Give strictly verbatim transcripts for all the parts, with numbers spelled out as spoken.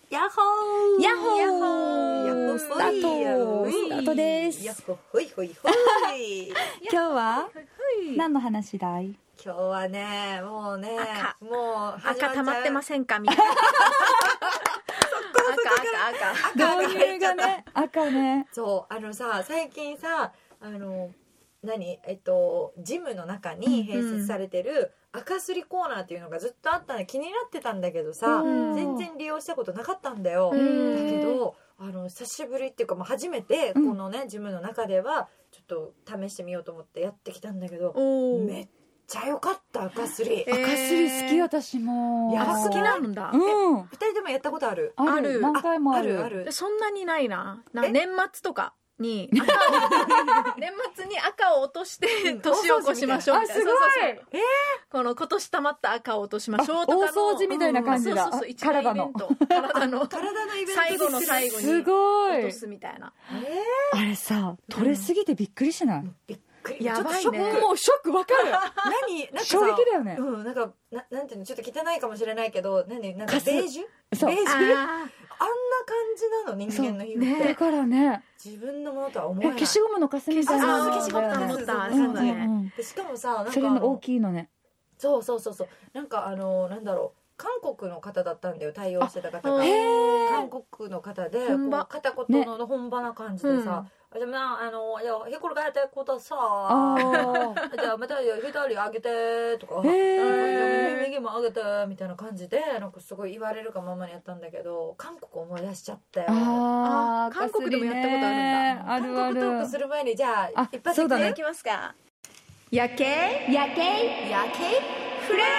ヤッホーヤッホーヤッホーヤッホースタートスタートですヤッホーほいほいほい今日は何の話だい？ 今日はねもうね赤もう始まっちゃう赤溜まってませんかみたいな赤赤赤導入がね赤ねそうあのさ最近さあの何えっとジムの中に併設されてる赤すりコーナーっていうのがずっとあったの気になってたんだけどさうん全然利用したことなかったんだよ。だうんけどあの久しぶりっていうか、まあ、初めてこのね、うん、ジムの中ではちょっと試してみようと思ってやってきたんだけどめっちゃ良かった赤すり、 えー、赤すり好き私もいや好きなんだ、 うん、 ふたりでもやったことある？ ある何回もある。 あるあるそんなにないな。なんか年末とかに赤を年末に赤を落として年を越しましょうみたいな。 あすごい。 そうそうそうえー、 この今年溜まった赤を落としましょうとかの大掃除みたいな感じだ。 うん、そうそうそう体の体の体のイベント最後の最後にすごい落とすみたいな。 えー、 あれさ取れすぎてびっくりしない？ うん、びっくり。 やばいね。 もうショックわかる。 何なんか衝撃だよね。 うんなんかななんていうのちょっと汚いかもしれないけど何なんかベージュ？ そうベージュ？あんな感あじなの人間の皮膚って、 ね、 だからね自分のものとは思えない。 消しゴムのカスみたいな消しゴムの思ったそうだね。 でしかもさなんかそれの大きいのね。 そうそうそうそうなんかあのなんだろう韓国の方だったんだよ対応してた方が韓国の方で本場こう片言の本場な感じでさ、ね、じゃああのいやひっくり返ってくださいじゃあまた左上げてとか右も上げてみたいな感じでなんかすごい言われるがままにやったんだけど韓国思い出しちゃったよ。 あ韓国でもやったことあるんだ。 あるある。 韓国トークする前にじゃあ一発いきますか。夜景夜景夜景フレ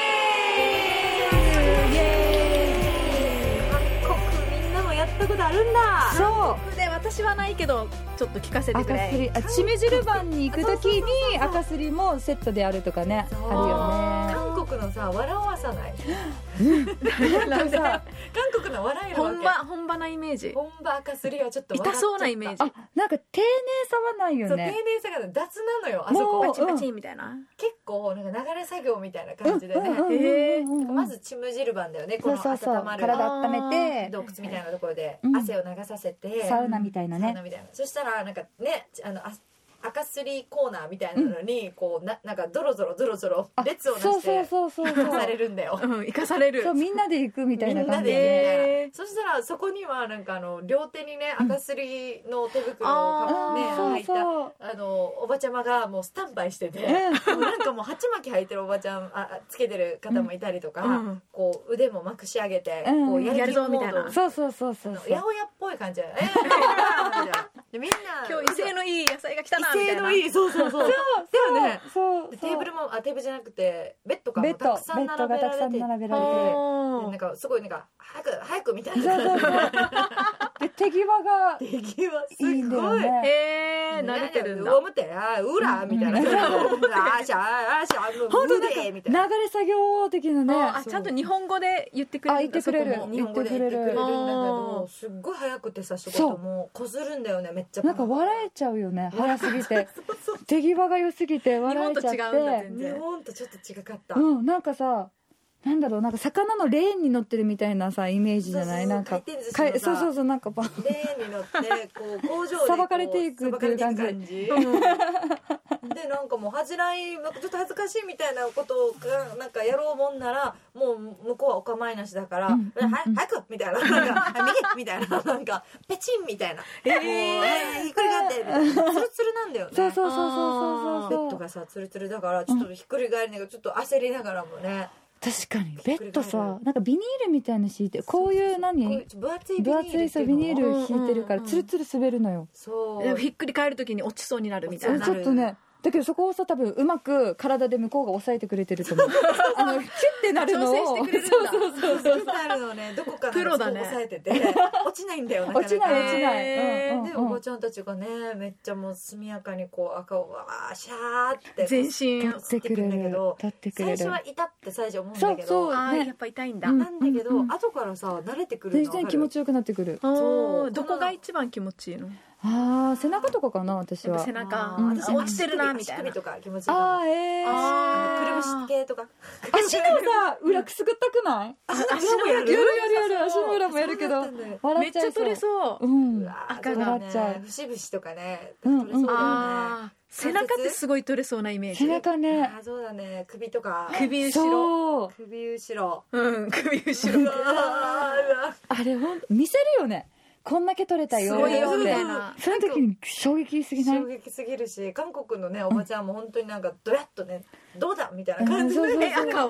ーイエーイ韓国みんなもやったことあるんだ。 そうで私はないけどちょっと聞かせてくれ。 赤すりあチメジルバンに行くときに赤すりもセットであるとかねあるよね。 韓国のさ笑わさないなんかさ韓国の笑えるわけ本場本場なイメージ。 本場赤すりはちょっと笑っちゃった。 痛そうなイメージ。 あなんか丁寧さはないよそうね。 丁寧さが雑なのよあそこ。 パチパチみたいな、 結構なんか流れ作業みたいな感じでね、 うんへーまずチムジルバンだよねこのそうそうそう温まる体温めて洞窟みたいなところでうん汗を流させて、 サウナみたいなねサウナみたいなそしたらなんかねあのあ赤すりコーナーみたいなのに、うん、こうななんかゾロゾロゾロゾロ列をなしてそうそうそうそうされるんだよ。 うん、生かされる。 そうみんなで行くみたいな感じで、 で、 そしたらそこにはなんかあの両手にね赤すりの手袋をね、 うん、 履いたあのおばちゃまがもうスタンバイしてて、うん、なんかもう鉢巻き履いてるおばちゃんあつけてる方もいたりとか、うん、こう腕もまくし上げて、うん、こうやるぞみたいな、 そうそうそうそう八百屋っぽい感じだよね。でみんな今日威勢のいい野菜が来たなみたいな。 威勢のいいそうそうそう。 そうねそうテーブルもあテーブルじゃなくてベッドがベッドたくさん並べられてて並べられてなんかすごいなんか早く早くみたいな。そうそうそうで手際が手際すいいんだよね。 へえ慣れてるんだ。 上向てあ裏みたいな。あしゃあしゃ本当なんか流れ作業的なね。 あちゃんと日本語で言ってくれる。 あ言ってくれる。 日本語で言ってくれるんだけどすっごい早くてさ仕事もこするんだよねめっちゃ。 なんか笑えちゃうよね早すぎて手際が良すぎて笑えちゃって。 日本と違うんだ全然。 日本とちょっと違かった。 うんなんかさ。なんだろうなんか魚のレーンに乗ってるみたいなさイメージじゃない。なんかそうそうそうなんかバレーンに乗ってこう工場でさばかれていくっていう感じでなんかもう恥じらいちょっと恥ずかしいみたいなことをなんかやろうもんならもう向こうはお構いなしだから、うんうん、は早くみたいななんか右みたいななんかペチンみたいな、えー、もう、えー、ひっくり返ってみたいなツルツルなんだよね。 そうそうそうそうそうベッドがさツルツルだからちょっとひっくり返りながらちょっと焦りながらもね。 確かにベッドさなんかビニールみたいな敷いてこういう何分厚いビニール分厚いさビニール敷いてるからツルツル滑るのよ。 そうひっくり返る時に落ちそうになるみたいな。 ちょっとねだけどそこをさ多分うまく体で向こうが抑えてくれてると思うあのキュッてなるのを調整してくれるんだ。 そうそうそうそうキュッてなるのをねどこかの抑えてて落ちないんだよなかなか。 落ちない落ちない、 えーうんうんうん、 でおばちゃんたちがねめっちゃもう速やかにこう赤をわーシャーって全身立ってくれる立ってくれる。 最初は痛って最初思うんだけどそうそう、ね、 あやっぱ痛いんだ、 うん、なんだけど、うんうん、後からさ慣れてくるの全然気持ちよくなってくる。 そうどこが一番気持ちいいの？ ああ背中とかかな私は。 背中、 うん、 私落ちてるなみたいな。 足首とか気持ちいいかも。 ああええー、 あくるぶし系とか。 足のさ裏くすぐったくない？ 足の裏やるやるやるやる足の裏もやるけどめっちゃ取れそう。 うん。 赤がね節々とかね取れそうだよね。 背中ってすごい取れそうなイメージ。 背中ね。 あそうだね首とか。 首後ろ。 首後ろ。 うん首後ろ。 あれほん見せるよね。こんだけ取れたよみたいな。 その時に衝撃すぎない？ 衝撃すぎるし韓国のねおばちゃんも本当になんかドヤッとねどうだみたいな感じで赤を見せてくるんだ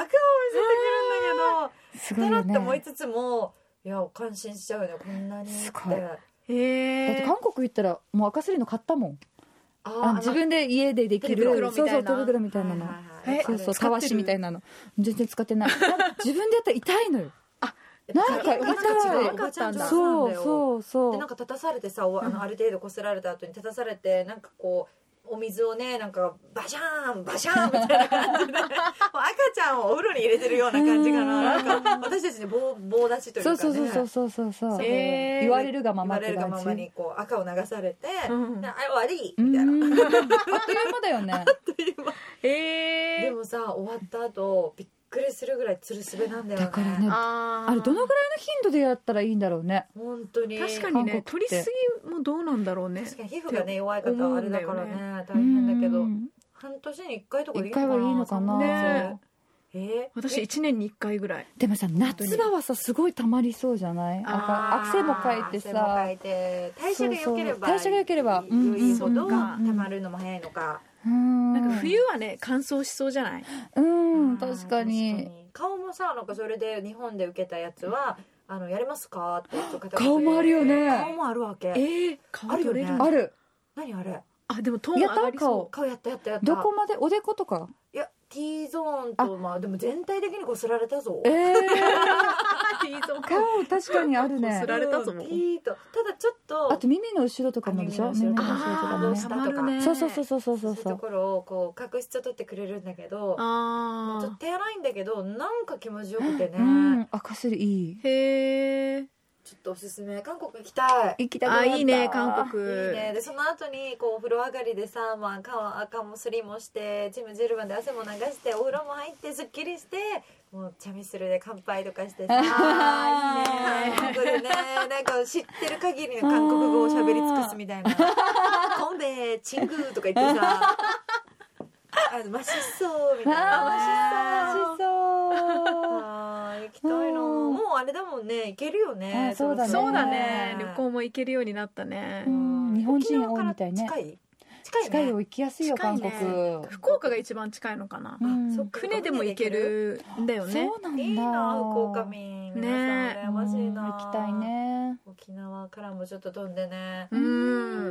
けどすごいよね。 だなって思いつつもいや感心しちゃうよねこんなにって。 すごい。 へえ。 だって韓国行ったらもう赤すりの買ったもん。 あ自分で家でできるそうそう手袋みたいなの。そうそうたわしみたいなの全然使ってない。自分でやったら痛いのよ。なんか痛い。 おばちゃんそうそうそう。 でなんか立たされてさあのある程度こすられた後に立たされてなんかこうお水をねなんかバシャーンバシャーンみたいな感じで赤ちゃんをお風呂に入れてるような感じかな。なんか私たちに棒棒立ちというかね。 そうそうそうそうそうそう。言われるがままって感じ。 言われるがままにこう赤を流されてあれ終わりみたいな。 あっという間だよね。あっという間。でもさ終わった後びっびっくりするぐらいつるすべなんだよね。 だからね あ, あれどのぐらいの頻度でやったらいいんだろうね。 本当に確かにね取りすぎもどうなんだろうね。 確かに皮膚がね弱い方はあれだからね大変だけど半年にいっかいとかでいいのかな。 いっかいはいいのかな、 ねえー、 私いちねんにいっかいぐらい。 でもさ夏場はさすごいたまりそうじゃない？汗もかいてさ代謝が良ければ代謝が良ければいいほどたまるのも早いのか。 うんなんか冬はね乾燥しそうじゃない？ うん確かに。 顔もさなんかそれで日本で受けたやつはあのやれますかって顔もあるよね。 顔もあるわけ。 えー、顔取れるある。 何あれ？ あでもトーン上がりそう。 顔やったやったやった。 どこまでおでことか？ いや T ゾーンとまあでも全体的にこすられたぞ。 ええー、 T ゾーン顔確かにあるね。 こすられたぞ。 T とただちょっとあと耳の後ろとかもでしょ。耳の後ろとかもね。 下とか。 そうそうそうそうそうそう。 そういうところをこう角質を取ってくれるんだけど、 あちょっと手荒いんだけどなんか気持ちよくてね。 うん、赤すりいい。 へえ。 ちょっとおすすめ。韓国行きたい。 行きたくなった。 あいいね韓国。 いいね。でその後にこうお風呂上がりでさ、まあ赤赤もすりもしてチムジェルマンで汗も流してお風呂も入ってすっきりしてもうチャミスルで乾杯とかしてさ。 あいいね。韓国でねなんか知ってる限りの韓国語を喋り尽くすみたいな。コンベチングーとか言ってさ。あのマシそうみたいな。 マシそうあ行きたいの。もうあれだもんね行けるよね。 そうだね。 そうだね。旅行も行けるようになったね。 日本人多いみたいね。 近い近い近いよ行きやすいよ韓国。 福岡が一番近いのかな。船でも行けるんだよね。 そうなんだ。 いいな福岡民。皆さん羨ましいな。 行きたいね。 沖縄からもちょっと飛んでね。 うん。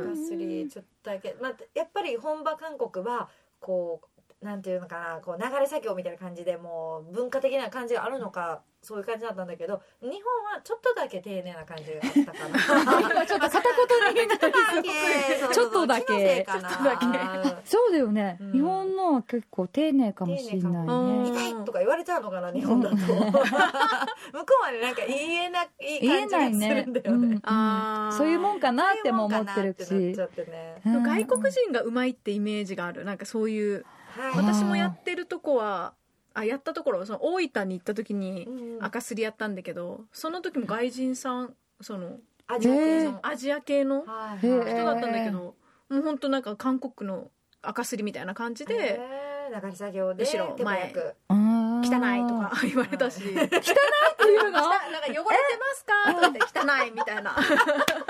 がっつりちょっとだけ。まあやっぱり本場韓国はこう。なんていうのかなこう流れ作業みたいな感じでもう文化的な感じがあるのかそういう感じだったんだけど日本はちょっとだけ丁寧な感じがあったかな。 今ちょっと片言に言ったけちょっとだけちょっとだけそうだよね、うん、日本のは結構丁寧かもしれないね。 痛いとか言われちゃうのかな日本だと。向こうはねなんか言えない感じがするんだよね。 あそういうもんかなっても思ってるし、 ね、 外国人がうまいってイメージがある。なんかそういう私もやってるとこはあやったところその大分に行った時に赤すりやったんだけど、うん、その時も外人さんそのアジア系のアジア系の人だったんだけど、もう本当なんか韓国の赤すりみたいな感じで流れ作業で後ろ前汚いとか言われたし、汚いっていうのなんか汚れてますかとかって汚いみたいなこんなは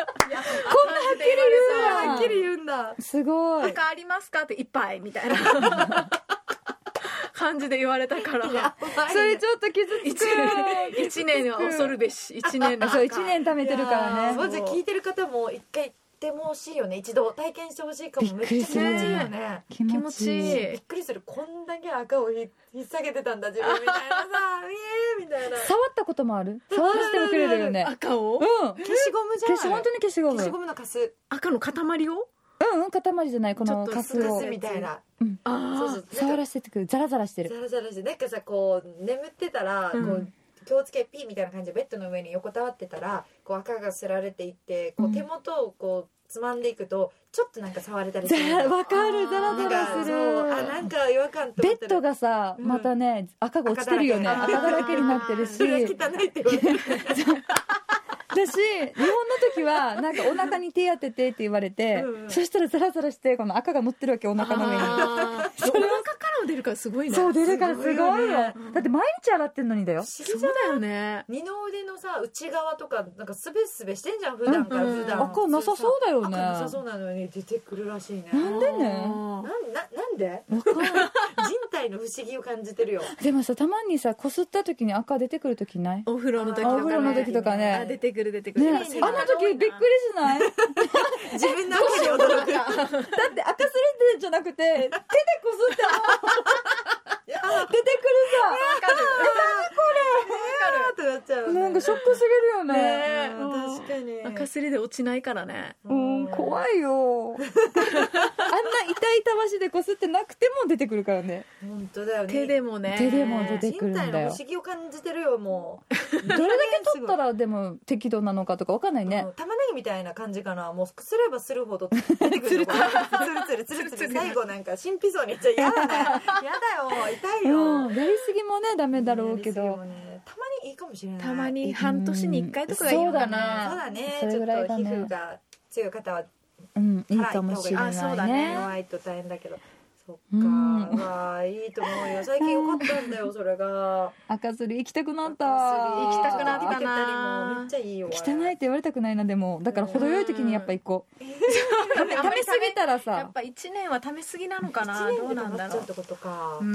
っきり言うんだ。 すごい。 赤ありますかっていっぱいみたいな感じで言われたからそれちょっと傷つく。 一年は恐るべし。一年のそう一年貯めてるからね。 まず聞いてる方も一回行っても欲しいよね。一度体験してほしいかも。めっちゃ気持ちいいよね。 気持ちいい。 びっくりする。こんだけ赤を引っ提げてたんだ自分みたいなさイエーみたいな。 触ったこともある？触らせてもくれるよね。 赤を？ うん。 消しゴムじゃない。 消し本当に消しゴム。 消しゴムのカス。 赤の塊を？ うんうん塊じゃないこのカスを。 カスみたいな。 うん。 そうそう。 触らせてくる。ザラザラしてる。 ザラザラしてなんかさこう眠ってたらこう気をつけピーみたいな感じでベッドの上に横たわってたらこう赤がすられていってこう手元をこうつまんでいくとちょっとなんか触れたりする。 わかる、ザラザラする。 あ、なんか違和感とベッドがさ、またね赤が落ちてるよね。赤だらけになってるし、 それは汚いって言われるだし、日本の時はなんかお腹に手当ててって言われて、うん、そしたらザラザラしてこの赤が乗ってるわけ、お腹の上に。 それお腹からも出るからすごいね。 そう、出るからすごいよ、ね、だって毎日洗ってんのにだよ。 そうだよね。 二の腕のさ内側とかなんかスベスベしてんじゃん普段から、うん、普段赤なさそうだよね。 赤なさそうなのに出てくるらしいね。 なんでね。 なんななんで人体の不思議を感じてるよ。 でもさ、たまにさこすった時に赤出てくる時ない？ お風呂の時とかね。 お風呂の時とかね。 あ、出てくる出てくる、 ね、あの時びっくりしない？ 自分の赤に驚く。だって赤すりってじゃなくて手でこすって出てくるさ。わかる。 ってなっちゃう、ね、 なんかショックすぎるよね。 ね、確かに赤すりで落ちないからね。 うん、怖いよ。あんな痛いたわしでこすってなくても出てくるからね。 本当だよね。 手でもね。 手でも出てくるんだよ。 身体の不思議を感じてるよ、もう。 どれだけ取ったらでも適度なのかとかわかんないね。 玉ねぎみたいな感じかな。もうすればするほど出てくる。つるつるつるつるつる。最後なんか神秘層にいっちゃ嫌だね。嫌だよ。痛いよ、 うん。やりすぎもねダメだろうけど。 ね、たまにいいかもしれない。 たまに半年にいっかいとかがいいのかな。 そうだね。それぐらいだね。ちょっと皮膚が強い方は、 うん、いいかもしれないね。 そうだね。弱いと大変だけど。そっか、うん、わあいいと思うよ。最近よかったんだよそれが。 赤すり行きたくなった。 行きたくなったな。 めっちゃいいよ。 汚いって言われたくないな。でもだから程よい時にやっぱ行こう。食べ過ぎたらさ、 やっぱ一年は食べ過ぎなのかな。どうなんだろう。 ってことか。 うん、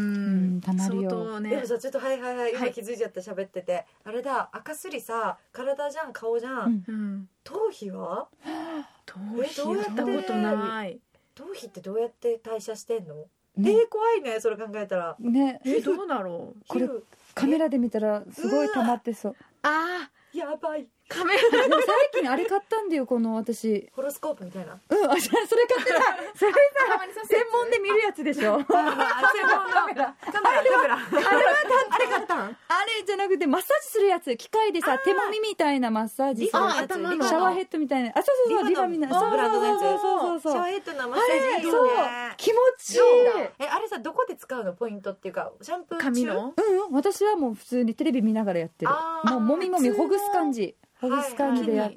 たまるよ。 相当ね。でもさちょっとはいはいはい今気づいちゃった喋ってて、あれだ赤すりさ体じゃん顔じゃん。うん、頭皮は？ 頭皮やったことない。 頭皮ってどうやって代謝してんの？ね、えー、怖いねそれ考えたらね。 えー、どうだろう。 これカメラで見たらすごい溜まってそう。 あーやばい。 カメラでも最近あれ買ったんだよこの私ホロスコープみたいな。 うん、あ、それ買ってた。それさ専門で見るやつでしょ。専門のカメラカメラカメラ。あれはあれ買ったん？ あれじゃなくてマッサージするやつ、機械でさ手もみみたいなマッサージするやつ、シャワーヘッドみたいな。あ、そうそうそう、リファみたいな。そうそうそうそう。 シャワーヘッドのマッサージいいよね。 気持ちいい。 え、あれさどこで使うの？ポイントっていうかシャンプー中？ 髪の？ うん、私はもう普通にテレビ見ながらやってる。もうもみもみほぐす感じ。ほぐす感じでやって、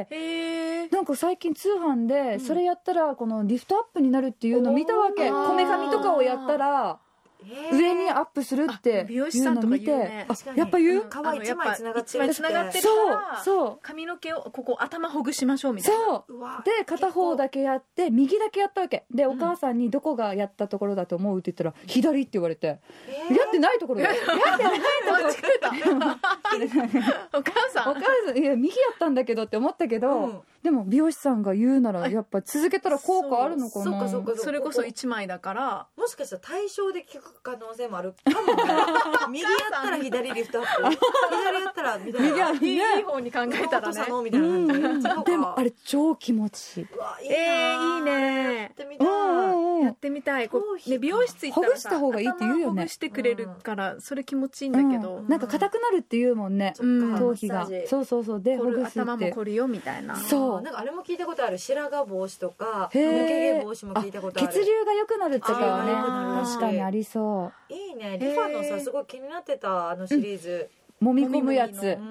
はい、なんか最近通販でそれやったらこのリフトアップになるっていうのを見たわけ。こめかみとかをやったら上にアップするっていうのを見て、 ね、 やっぱ言う？ 皮一枚つながってる。 つながってるからそう髪の毛をここ頭ほぐしましょうみたいな。 そうで片方だけやって右だけやったわけで、お母さんにどこがやったところだと思うって言ったら左って言われて、やってないところやってないところお母さんお母さんいや右やったんだけどって思ったけど、うん、でも美容師さんが言うならやっぱ続けたら効果あるのかな。 そうかそうか、それこそいちまいだからもしかしたら対象で効く可能性もあるかもね。右やったら左リフトアップ、左やったらみたいな、 右いい方に考えたらねみたいな感じ、うん、 でもあれ超気持ちいい。 えー、いいね。 やってみたい、 うんうん、やってみたい。こう、ね、美容室行ったらさほぐした方がいいって言うよね。 ほぐしてくれるからそれ気持ちいいんだけど、 うん、なんか硬くなるって言うもんね、うん、頭皮が。そうそうそうでほぐすって頭も凝るよみたいな。 そうなんかあれも聞いたことある。白髪防止とか抜け毛防止も聞いたことある。 血流が良くなるってかね、確かにありそう。 いいね。リファのさすごい気になってたあのシリーズ、 うん、揉み込むやつ、 うん、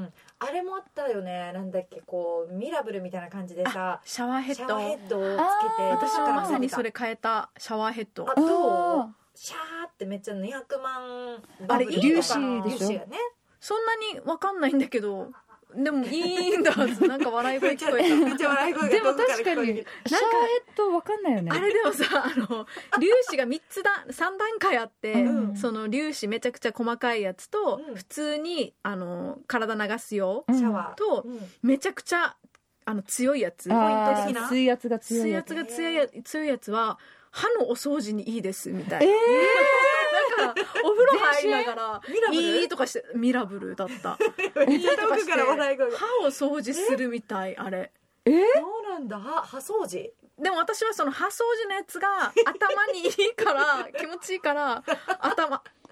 あれもあったよね。なんだっけこうミラブルみたいな感じでさシャワーヘッドシャワーヘッドをつけて、 私もまさにそれ変えたシャワーヘッド。 あどうシャーってめっちゃにひゃくまんあれ粒子でしょ。 そんなに分かんないんだけどでもいいんだ。なんか笑い声聞こえた。 めっちゃ笑い声がでも確かにシャワーヘッド分かんないよね。 あれでもさあの粒子がみっつださん段階あって、うん、その粒子めちゃくちゃ細かいやつと、うん、普通にあの体流すよ、うん、シャワーと、うん、めちゃくちゃあの強いやつ、ポイント的な水圧が強いやつ、 水圧が強いやつ、強いやつは歯のお掃除にいいですみたいな。 えーだからお風呂入りながらいいとかしてミラブルだった。いいとかして歯を掃除するみたい。あれえー、 そうなんだ。歯掃除。 でも私はその歯掃除のやつが頭にいいから気持ちいいから頭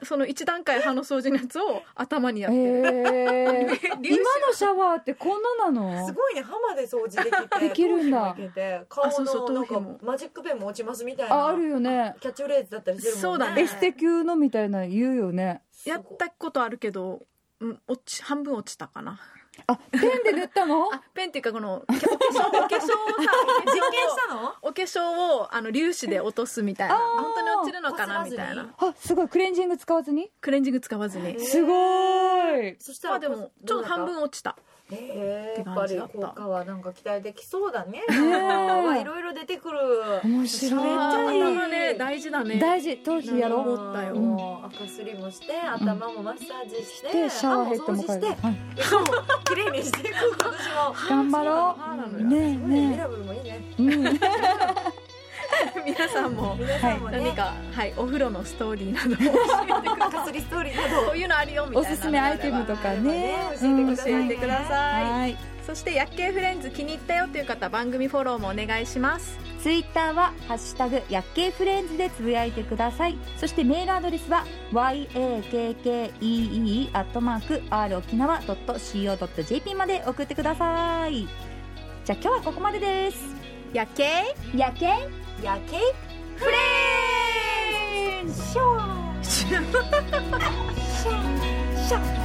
その一段階歯の掃除のやつを頭にやってる、 えー、今のシャワーってこんななの？ すごいね、歯まで掃除できてできるんだ。 顔のなんかマジックペンも落ちますみたいなあ, あるよね。 キャッチフレーズだったりするもんね。 そうだね。 エステ級のみたいな言うよね。 やったことあるけど、うん、落ち半分落ちたかな。 あ、ペンで塗ったの？ あ、ペンっていうかこのお化粧お化粧をさ実験したの？ お化粧をあの粒子で落とすみたいな。本当に落ちるのかなみたいな。 あ、すごい。クレンジング使わずに？ クレンジング使わずに。 すごい。 そしたらでもちょっと半分落ちた。 えー、やっぱり効果はなんか期待できそうだね。いろいろ出てくる。 面白い。 めっちゃいい。頭ね、大事だね。 大事。頭皮やろう。 思ったよ。 赤すりもして、頭もマッサージして、 シャワーヘッドもして、綺麗にしていく。今年も頑張ろう。ねえねえ。 ミラブルもいいね。 皆さんも何か、はい、お風呂のストーリーなど赤すりストーリーなどこういうのあるよみたいなおすすめアイテムとかね教えてください。そして薬系フレンズ気に入ったよという方、番組フォローもお願いします。 ツイッターはハッシュタグ薬系フレンズでつぶやいてください。そしてメールアドレスは ヤッケー アットマーク アール 沖縄 ドット シーオー ドット ジェーピー まで送ってください。じゃあ今日はここまでです。 薬系薬系薬系フレンズショーシャーシャー